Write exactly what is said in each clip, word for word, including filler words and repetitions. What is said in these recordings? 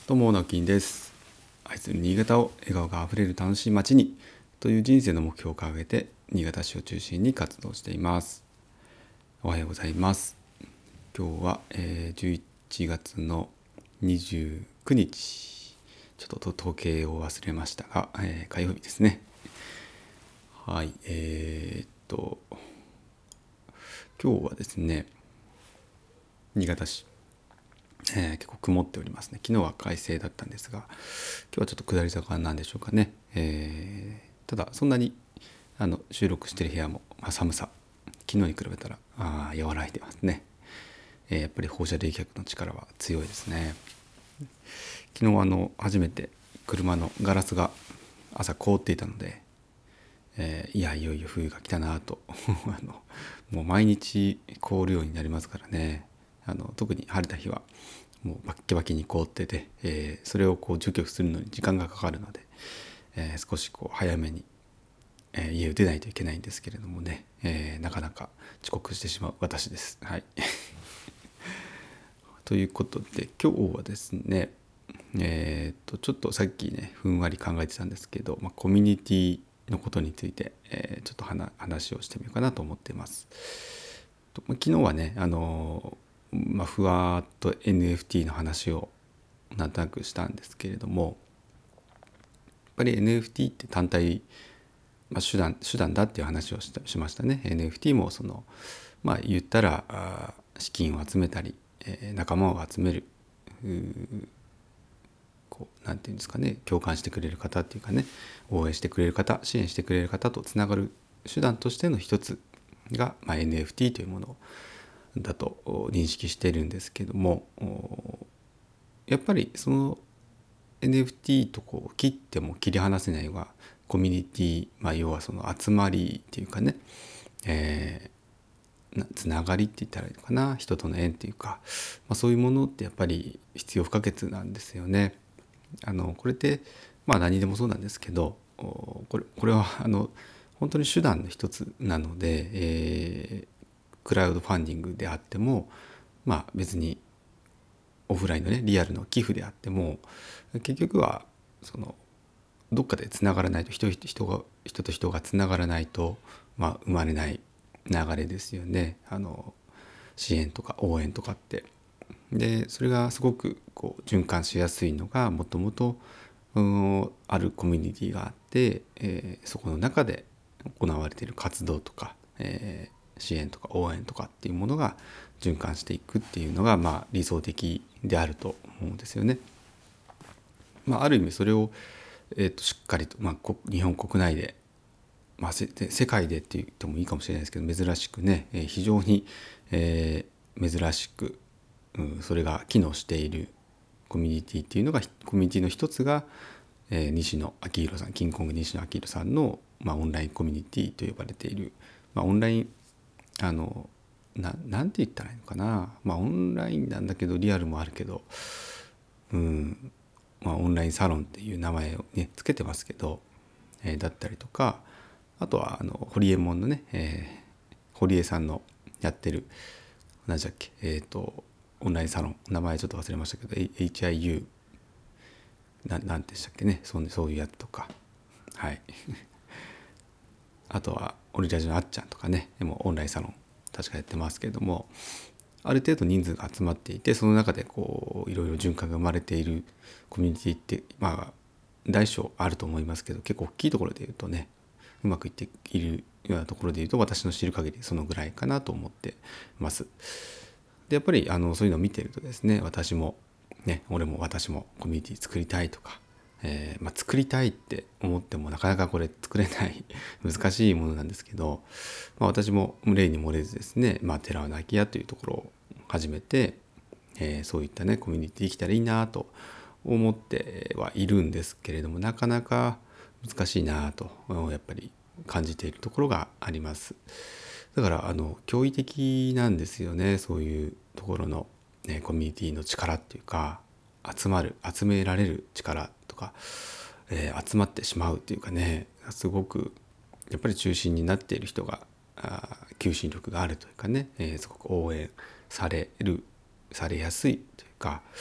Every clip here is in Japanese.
どうも、なきんです。愛する新潟を笑顔があふれる楽しい街にという人生の目標を掲げて、新潟市を中心に活動しています。おはようございます。今日は、えー、じゅういちがつのにじゅうくにち、ちょっと統計を忘れましたが、えー、火曜日ですね。はい、えー、っと今日はですね、新潟市、えー、結構曇っておりますね。昨日は快晴だったんですが、今日はちょっと下り坂なんでしょうかね。えー、ただそんなにあの収録している部屋も、まあ、寒さ昨日に比べたらあ和らいでますね。えー、やっぱり放射冷却の力は強いですね。昨日あの初めて車のガラスが朝凍っていたので、えー、いやいよいよ冬が来たなとあのもう毎日凍るようになりますからね。あの特に晴れた日はもうバッキバキに凍ってて、えー、それをこう除去するのに時間がかかるので、えー、少しこう早めに、えー、家を出ないといけないんですけれどもね、えー、なかなか遅刻してしまう私です。はいということで今日はですね、えー、とちょっとさっきねふんわり考えてたんですけど、まあ、コミュニティのことについて、えー、ちょっと話をしてみようかなと思っています。と昨日はねあの、まあ、ふわっと エヌエフティー の話をなんとなくしたんですけれども、やっぱり エヌエフティー って単体、まあ、手段手段だっていう話をししましたね。 エヌエフティー もそのまあ言ったら資金を集めたり、えー、仲間を集める、こうなんていうんですかね、共感してくれる方っていうかね、応援してくれる方、支援してくれる方とつながる手段としての一つが、まあ、エヌエフティー というものだと認識しているんですけども、やっぱりその エヌエフティー とこう切っても切り離せないのがコミュニティ、まあ、要はその集まりっていうかね、えー、つながりって言ったらいいのかな、人との縁っていうか、まあ、そういうものってやっぱり必要不可欠なんですよね。あのこれってまあ何でもそうなんですけど、これこれはあの本当に手段の一つなので、えー、クラウドファンディングであっても、まあ別にオフラインのねリアルの寄付であっても、結局はそのどっかでつながらないと、人人が人と人がつながらないと、まあ、生まれない流れですよね。あの支援とか応援とかって。でそれがすごくこう循環しやすいのがもともとあるコミュニティがあって、えー、そこの中で行われている活動とか、えー、支援とか応援とかっていうものが循環していくっていうのが、まあ、理想的であると思うんですよね。まあ、ある意味それを、えー、としっかりと、まあ、日本国内で、まあ、世界でって言ってもいいかもしれないですけど、珍しくね、えー、非常に、えー、珍しく、うん、それが機能しているコミュニティっていうのが、コミュニティの一つが、えー、西野昭弘さん、キングコング西野昭弘さんの、まあ、オンラインコミュニティと呼ばれている、まあ、オンラインあのななんて言ったらいいのかな、まあオンラインなんだけどリアルもあるけど、うんまあ、オンラインサロンっていう名前をねつけてますけど、えー、だったりとか、あとはあのホリエモンのね、えー、堀江さんのやってる何だっけ、えっ、ー、とオンラインサロン、名前ちょっと忘れましたけど エイチアイユー ななんでしたっけね、そうそういうやつとか、はいあとはオリラジのあっちゃんとかね、でもオンラインサロン確かやってますけれども、ある程度人数が集まっていて、その中でこういろいろ循環が生まれているコミュニティって、まあ大小あると思いますけど、結構大きいところで言うとね、うまくいっているようなところで言うと、私の知る限りそのぐらいかなと思ってます。でやっぱりあのそういうのを見ているとですね、私もね、俺も私もコミュニティ作りたいとか、えーまあ、作りたいって思ってもなかなかこれ作れない難しいものなんですけど、まあ、私も例に漏れずですね、まあ、寺尾の空き家というところを始めて、えー、そういったねコミュニティできたらいいなと思ってはいるんですけれども、なかなか難しいなとやっぱり感じているところがあります。だからあの驚異的なんですよね、そういうところの、ね、コミュニティの力っていうか、集まる集められる力とか、えー、集まってしまうっていうかね、すごくやっぱり中心になっている人が求心力があるというかね、えー、すごく応援されるされやすいというか、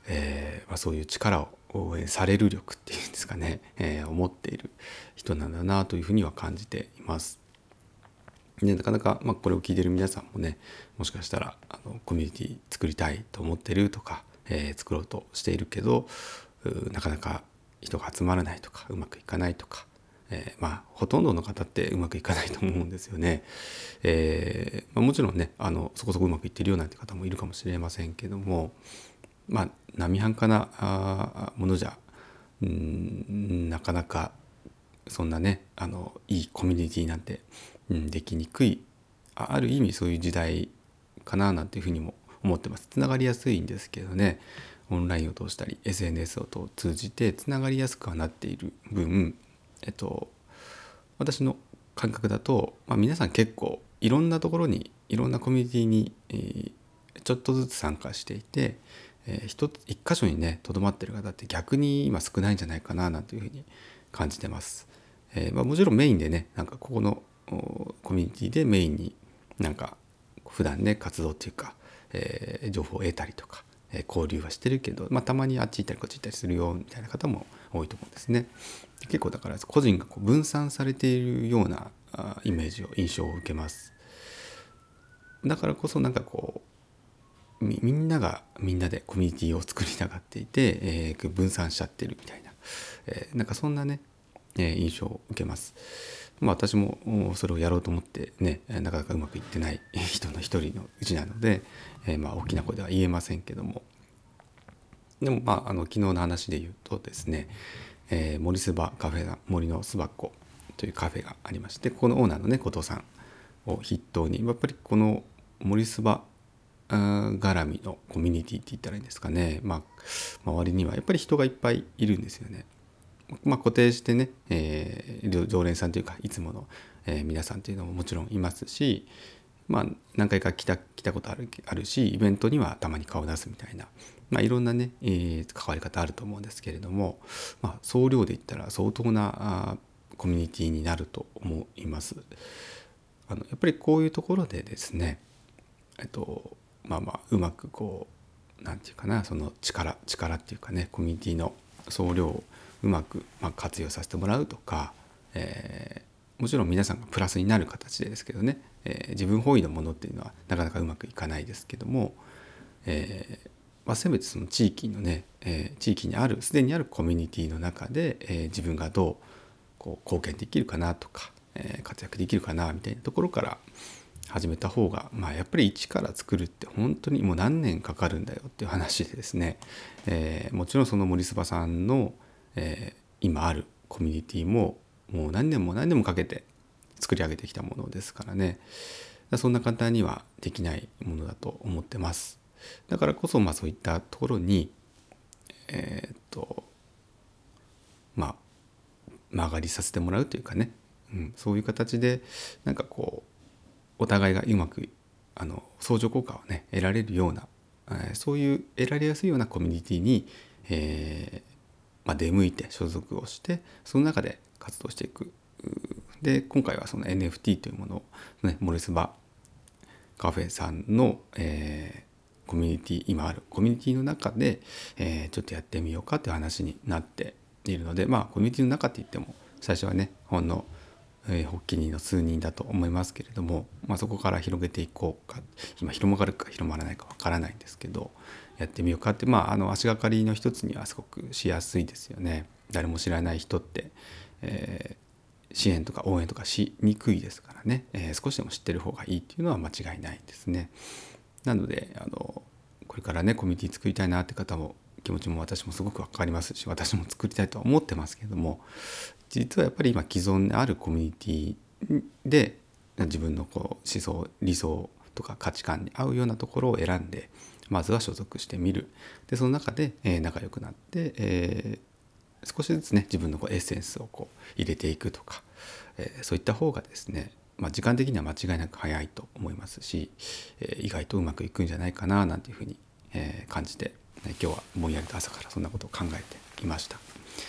えーまあ、そういう力を応援される力っていうんですかね、えー、思っている人なんだなというふうには感じています。でなかなか、まあ、これを聞いている皆さんもね、もしかしたらあのコミュニティ作りたいと思ってるとか、えー、作ろうとしているけどなかなか人が集まらないとかうまくいかないとか、えー、まあほとんどの方ってうまくいかないと思うんですよね。えーまあ、もちろんねあのそこそこうまくいってるよなんて方もいるかもしれませんけども、まあ並半端なあものじゃうんなかなかそんなねあのいいコミュニティなんて、うん、できにくい、あある意味そういう時代かななんていうふうにも思ってます。つながりやすいんですけどね、オンラインを通したり エスエヌエス を通じてつながりやすくはなっている分、えっと私の感覚だと、まあ、皆さん結構いろんなところにいろんなコミュニティに、えーちょっとずつ参加していて、えー、一つ一箇所にねとどまってる方って逆に今少ないんじゃないかななんていうふうに感じてます。えーまあ、もちろんメインでねなんかここのコミュニティでメインになんか普段ね活動っていうか、えー、情報を得たりとか、えー、交流はしてるけど、まあ、たまにあっち行ったりこっち行ったりするよみたいな方も多いと思うんですね。結構だから個人がこう分散されているようなイメージを印象を受けます。だからこそなんかこう み, みんながみんなでコミュニティを作りたがっていて、えー、分散しちゃってるみたいな、えー、なんかそんなね、えー、印象を受けます。まあ私もそれをやろうと思ってねなかなかうまくいってない人の一人のうちなので、えー、まあ大きな声では言えませんけども、でもまああの昨日の話で言うとですね、えー、森すばカフェ森のすばっこというカフェがありまして、ここのオーナーのね後藤さんを筆頭にやっぱりこの森すば絡みのコミュニティって言ったらいいんですかね、まあ、周りにはやっぱり人がいっぱいいるんですよね。まあ、固定してね、えー、常連さんというかいつもの、えー、皆さんというのももちろんいますし、まあ、何回か来た来たことあるあるし、イベントにはたまに顔を出すみたいな、まあ、いろんなね、えー、関わり方あると思うんですけれども、まあ、総量で言ったら相当なあコミュニティになると思います。あのやっぱりこういうところでですね、えっとまあまあうまくこうなんていうかな、その力力っていうかねコミュニティの総量をうまく、まあ、活用させてもらうとか、えー、もちろん皆さんがプラスになる形でですけどね、えー、自分本位のものっていうのはなかなかうまくいかないですけども、えーまあ、せめてその地域のね、えー、地域にあるすでにあるコミュニティの中で、えー、自分がどうこう貢献できるかなとか、えー、活躍できるかなみたいなところから始めた方が、まあ、やっぱり一から作るって本当にもう何年かかるんだよっていう話でですね、えー、もちろんその森すばさんの、えー、今あるコミュニティももう何年も何年もかけて作り上げてきたものですからね、そんな簡単にはできないものだと思ってます。だからこそ、まあ、そういったところにえー、っとまあ曲がりさせてもらうというかね、うん、そういう形でなんかこうお互いがうまくあの相乗効果をね得られるような、えー、そういう得られやすいようなコミュニティに、えーまあ、出向いて所属をしてその中で活動していく。で今回はその エヌエフティー というものを、ね、森すばカフェさんの、えー、コミュニティ今あるコミュニティの中で、えー、ちょっとやってみようかという話になっているので、まあコミュニティの中って言っても最初はねほんのえー、発起人の数人だと思いますけれども、まあ、そこから広げていこうか、今広まるか広まらないかわからないんですけどやってみようかって、まあ、あの足がかりの一つにはすごくしやすいですよね。誰も知らない人って、えー、支援とか応援とかしにくいですからね、えー、少しでも知ってる方がいいっていうのは間違いないですね。なのであのこれからねコミュニティ作りたいなって方も気持ちも私もすごく分かりますし、私も作りたいとは思ってますけれども、実はやっぱり今既存にあるコミュニティで自分のこう思想理想とか価値観に合うようなところを選んでまずは所属してみる。でその中で、えー、仲良くなって、えー、少しずつね自分のこうエッセンスをこう入れていくとか、えー、そういった方がですね、まあ、時間的には間違いなく早いと思いますし、えー、意外とうまくいくんじゃないかななんていうふうに、えー、感じて、ね、今日はぼんやりと朝からそんなことを考えていました。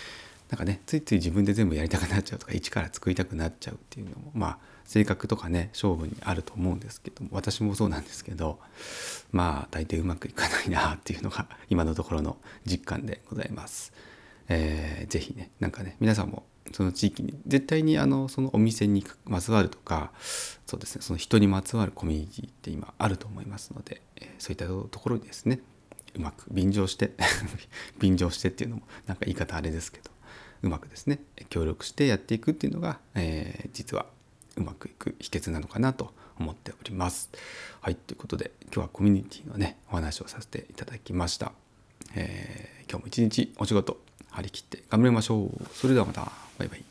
なんかねついつい自分で全部やりたくなっちゃうとか一から作りたくなっちゃうっていうのもまあ性格とかね勝負にあると思うんですけども、私もそうなんですけど、まあ大抵うまくいかないなっていうのが今のところの実感でございます。えー、ぜひねなんかね皆さんもその地域に絶対にあのそのお店にまつわるとかそうですねその人にまつわるコミュニティって今あると思いますので、えー、そういったところにですねうまく便乗して便乗してっていうのもなんか言い方あれですけどうまくですね協力してやっていくっていうのが、えー、実はうまくいく秘訣なのかなと思っております。はい、ということで今日はコミュニティのねお話をさせていただきました。えー、今日も一日お仕事張り切って頑張りましょう。それではまたバイバイ。